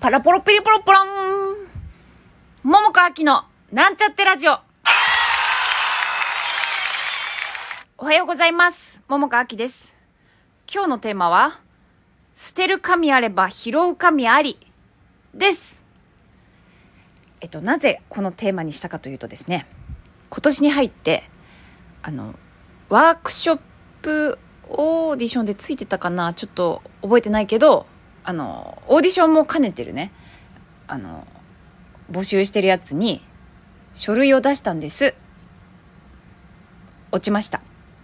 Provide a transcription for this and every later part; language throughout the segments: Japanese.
パラポロピリポロポロン。桃子あきのなんちゃってラジオ。おはようございます。桃子あきです。今日のテーマは、捨てる神あれば拾う神ありです。なぜこのテーマにしたかというとですね、今年に入ってワークショップオーディションでついてたかな、ちょっと覚えてないけど、オーディションも兼ねてるね、募集してるやつに書類を出したんです。落ちました。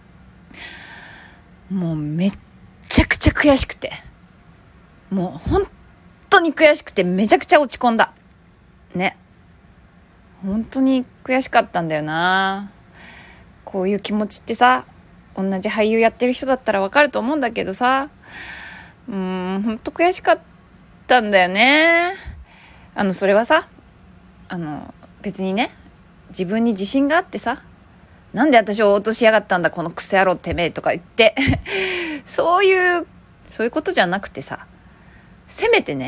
もうめっちゃくちゃ悔しくて、もう本当に悔しくてめちゃくちゃ落ち込んだね。本当に悔しかったんだよな。こういう気持ちってさ、同じ俳優やってる人だったらわかると思うんだけどさ、本当悔しかったんだよね。それはさ、別にね、自分に自信があってさ、なんで私を落としやがったんだこのクソ野郎てめえとか言ってそういうことじゃなくてさ、せめて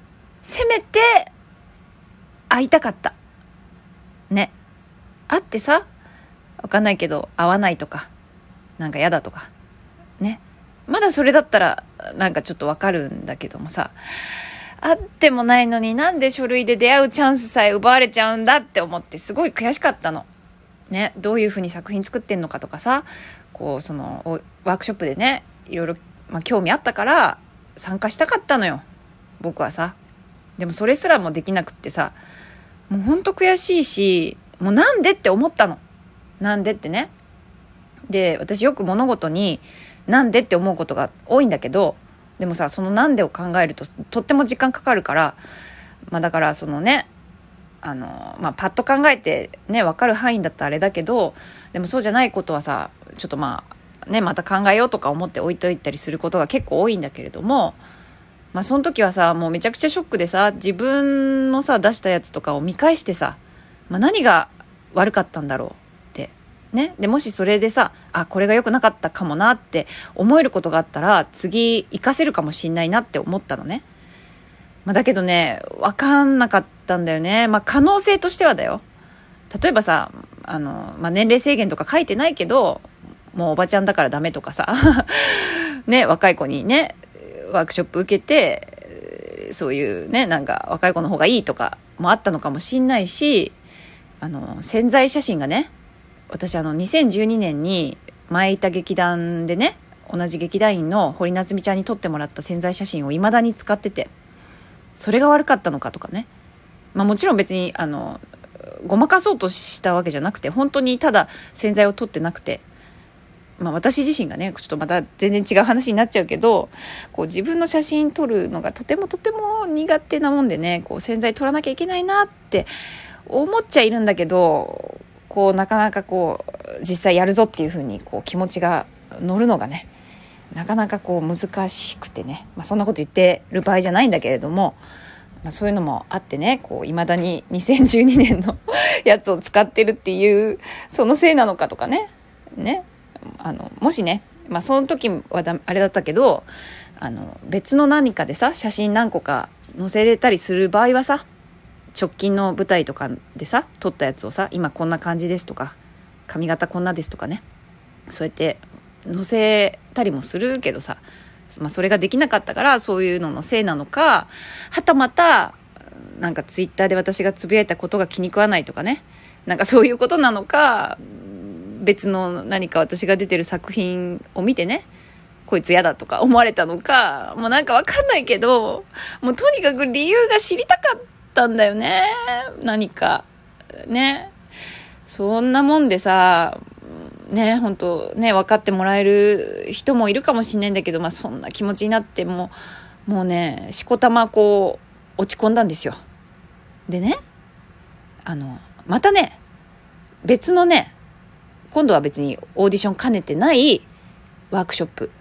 会いたかったね。会ってさ、わかんないけど会わないとかなんか嫌だとかね、まだそれだったらなんかちょっとわかるんだけどもさ、会ってもないのになんで書類で出会うチャンスさえ奪われちゃうんだって思ってすごい悔しかったのね。どういう風に作品作ってんのかとかさ、こうそのワークショップでね、いろいろ興味あったから参加したかったのよ、僕はさ。でもそれすらもできなくってさ、もうほんと悔しいし、もうなんでって思ったの。なんでってね。で、私よく物事になんでって思うことが多いんだけど、でもさ、そのなんでを考えるととっても時間かかるから、だからそのね、パッと考えてね、分かる範囲だったらあれだけど、でもそうじゃないことはさ、ちょっとまた考えようとか思って置いといたりすることが結構多いんだけれども、その時はさ、もうめちゃくちゃショックでさ、自分のさ出したやつとかを見返してさ、何が悪かったんだろうってね。でもしそれでさ、これが良くなかったかもなって思えることがあったら、次活かせるかもしんないなって思ったのね。だけどね、分かんなかったんだよね。可能性としてはだよ。例えばさ、年齢制限とか書いてないけど、もうおばちゃんだからダメとかさね、若い子にねワークショップ受けて、そういうね、なんか若い子の方がいいとかもあったのかもしんないし、宣材写真がね、私2012年に前いた劇団でね、同じ劇団員の堀夏美ちゃんに撮ってもらった宣材写真を未だに使ってて、それが悪かったのかとかね。もちろん別にごまかそうとしたわけじゃなくて、本当にただ宣材を撮ってなくて、私自身がね、ちょっとまた全然違う話になっちゃうけど、こう自分の写真撮るのがとても苦手なもんでね、こう宣材撮らなきゃいけないなって思っちゃいるんだけど、こうなかなかこう実際やるぞっていう風にこう気持ちが乗るのがね、なかなかこう難しくてね、そんなこと言ってる場合じゃないんだけれども、そういうのもあってね、こう未だに2012年のやつを使ってるっていうそのせいなのかとかね、もしね、その時はあれだったけど、別の何かでさ、写真何個か載せれたりする場合はさ、直近の舞台とかでさ撮ったやつをさ、今こんな感じですとか、髪型こんなですとかね、そうやって載せたりもするけどさ、それができなかったからそういうののせいなのか、はたまたなんかツイッターで私がつぶやいたことが気に食わないとかね、なんかそういうことなのか、別の何か私が出てる作品を見てね、こいつ嫌だとか思われたのか、もうなんかわかんないけど、もうとにかく理由が知りたかったんだよね。何かね、そんなもんでさね、本当ね、分かってもらえる人もいるかもしれないんだけど、そんな気持ちになってもうね、しこたまこう落ち込んだんですよ。でね、またね、別のね、今度は別にオーディション兼ねてないワークショップ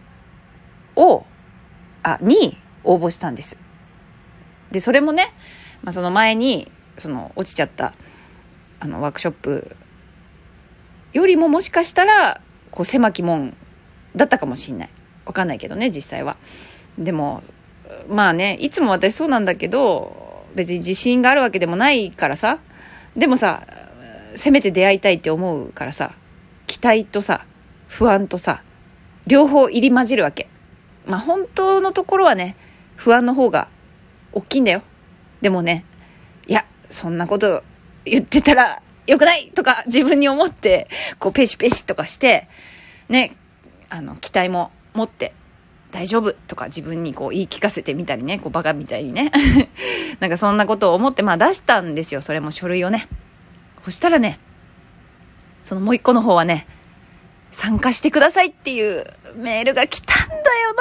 に応募したんです。で、それもね、その前に落ちちゃったワークショップよりももしかしたらこう狭き門だったかもしんない。わかんないけどね、実際は。でもね、いつも私そうなんだけど、 別に自信があるわけでもないからさ、でもさ、せめて出会いたいって思うからさ、期待とさ、不安とさ、両方入り混じるわけ。まあ本当のところはね、不安の方が大きいんだよ。でもね、いや、そんなこと言ってたら良くないとか自分に思って、こうペシペシとかして、ね、期待も持って、大丈夫とか自分にこう言い聞かせてみたりね、こうバカみたいにね。なんかそんなことを思ってまあ出したんですよ。それも書類をね。そしたらね、そのもう一個の方はね、参加してくださいっていうメールが来たんだよ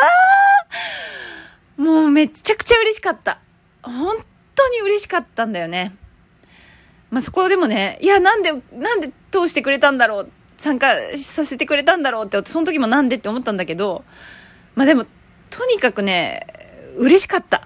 な。もうめちゃくちゃ嬉しかった。本当に嬉しかったんだよね。まあそこでもね、いやなんで通してくれたんだろう、参加させてくれたんだろうって、その時もなんでって思ったんだけど、まあでもとにかくね、嬉しかった。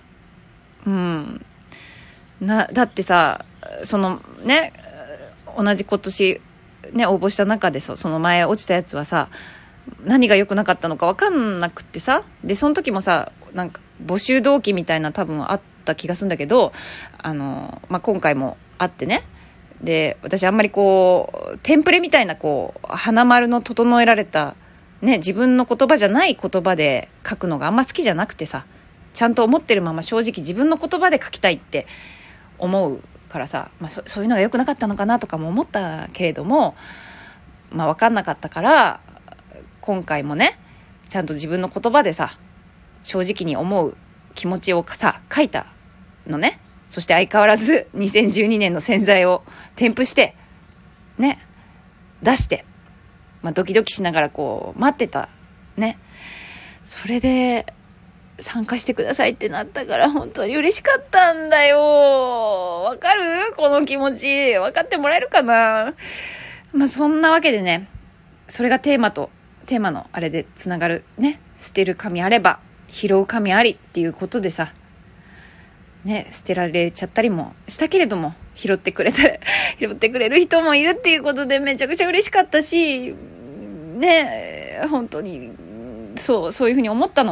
だってさ、そのね、同じ今年ね応募した中でその前落ちたやつはさ、何が良くなかったのか分かんなくってさ、でその時もさ、なんか募集動機みたいな多分あった気がするんだけど、まあ今回もあってね、で私あんまりこうテンプレみたいなこう花丸の整えられたね、自分の言葉じゃない言葉で書くのがあんま好きじゃなくてさ、ちゃんと思ってるまま正直自分の言葉で書きたいって思うからさ、まあ、そういうのが良くなかったのかなとかも思ったけれども、まあ分かんなかったから、今回もねちゃんと自分の言葉でさ、正直に思う気持ちをさ書いたのね。そして相変わらず2012年の洗剤を添付してね出して、まあ、ドキドキしながらこう待ってたね。それで参加してくださいってなったから本当に嬉しかったんだよ。わかる？この気持ち分かってもらえるかな。まあそんなわけでね、それがテーマのあれでつながるね。捨てる神あれば拾う神ありっていうことでさね、捨てられちゃったりもしたけれども、拾ってくれる人もいるっていうことでめちゃくちゃ嬉しかったしね、本当にそういうふうに思ったの。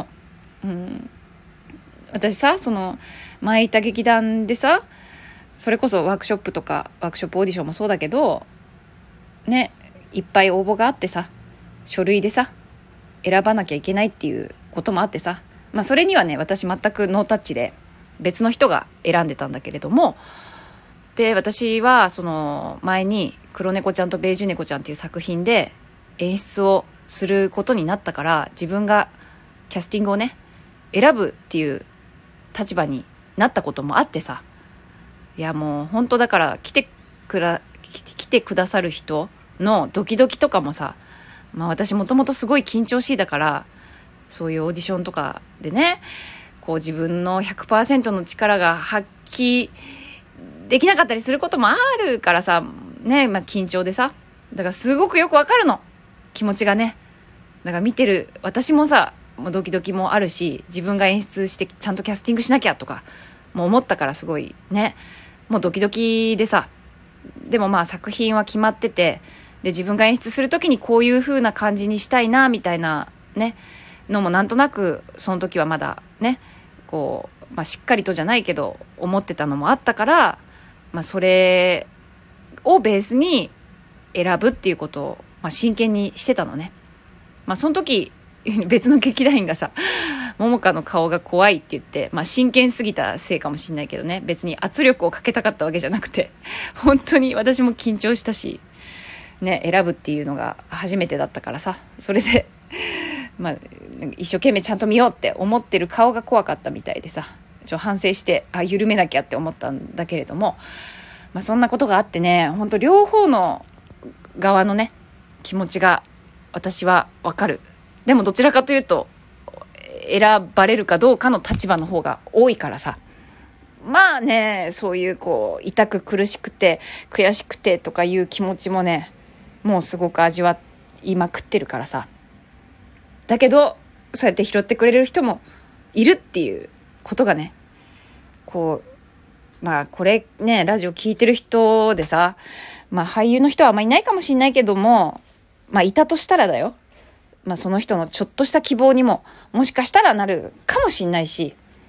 私さ、その前いた劇団でさ、それこそワークショップオーディションもそうだけどね、いっぱい応募があってさ、書類でさ選ばなきゃいけないっていうこともあってさ、まあそれにはね私全くノータッチで別の人が選んでたんだけれども、で私はその前に黒猫ちゃんとベージュ猫ちゃんっていう作品で演出をすることになったから、自分がキャスティングをね選ぶっていう立場になったこともあってさ、いやもう本当だから来てくださる人のドキドキとかもさ、まあ私もともとすごい緊張しいだから、そういうオーディションとかでねこう自分の 100% の力が発揮できなかったりすることもあるからさね、まあ緊張でさ、だからすごくよくわかるの気持ちがね。だから見てる私もさ、もうドキドキもあるし、自分が演出してちゃんとキャスティングしなきゃとかもう思ったから、すごいねもうドキドキでさ、でもまあ作品は決まってて、で自分が演出するときにこういう風な感じにしたいなみたいなねのもなんとなくその時はまだねこう、まあ、しっかりとじゃないけど思ってたのもあったから、まあ、それをベースに選ぶっていうことを、まあ、真剣にしてたのね。まあその時別の劇団員がさ、桃香の顔が怖いって言って、まあ真剣すぎたせいかもしんないけどね、別に圧力をかけたかったわけじゃなくて、本当に私も緊張したしね、選ぶっていうのが初めてだったからさ、それでまあ一生懸命ちゃんと見ようって思ってる顔が怖かったみたいでさ、反省して緩めなきゃって思ったんだけれども、まあそんなことがあってね、本当両方の側のね気持ちが私はわかる。でもどちらかというと選ばれるかどうかの立場の方が多いからさ、まあね、そういうこう痛く苦しくて悔しくてとかいう気持ちもねもうすごく味わいまくってるからさ、だけどそうやって拾ってくれる人もいるっていうことがね、こうまあこれねラジオ聞いてる人でさ、まあ俳優の人はあんまりいないかもしれないけども、まあいたとしたらだよ、まあその人のちょっとした希望にももしかしたらなるかもしれないし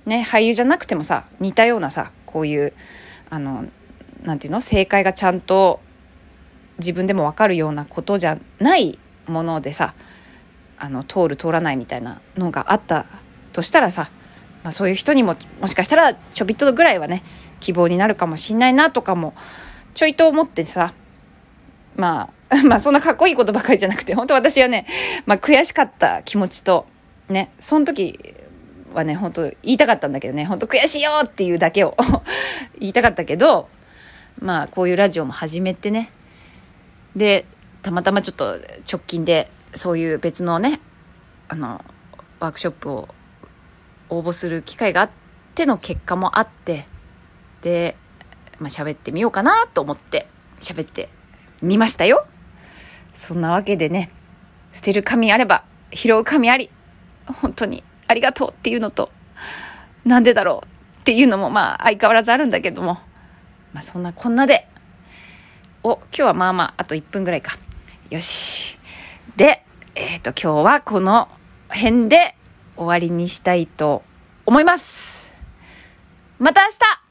ね、俳優じゃなくてもさ、似たようなさ、こういうなんていうの、正解がちゃんと自分でも分かるようなことじゃないものでさ、通る通らないみたいなのがあったとしたらさ、そういう人にももしかしたらちょびっとぐらいはね、希望になるかもしんないなとかもちょいと思ってさ、まあそんなかっこいいことばかりじゃなくて、本当私はね、悔しかった気持ちとね、その時はね、本当言いたかったんだけどね、本当悔しいよっていうだけを言いたかったけど、こういうラジオも始めてね、でたまたまちょっと直近でそういう別のね、ワークショップを応募する機会があっての結果もあって、で喋ってみようかなと思って喋ってみましたよ。そんなわけでね、捨てる神あれば拾う神あり、本当にありがとうっていうのと、なんでだろうっていうのも相変わらずあるんだけども、そんなこんなで今日はあと1分ぐらいか。よし。で、今日はこの辺で終わりにしたいと思います。また明日。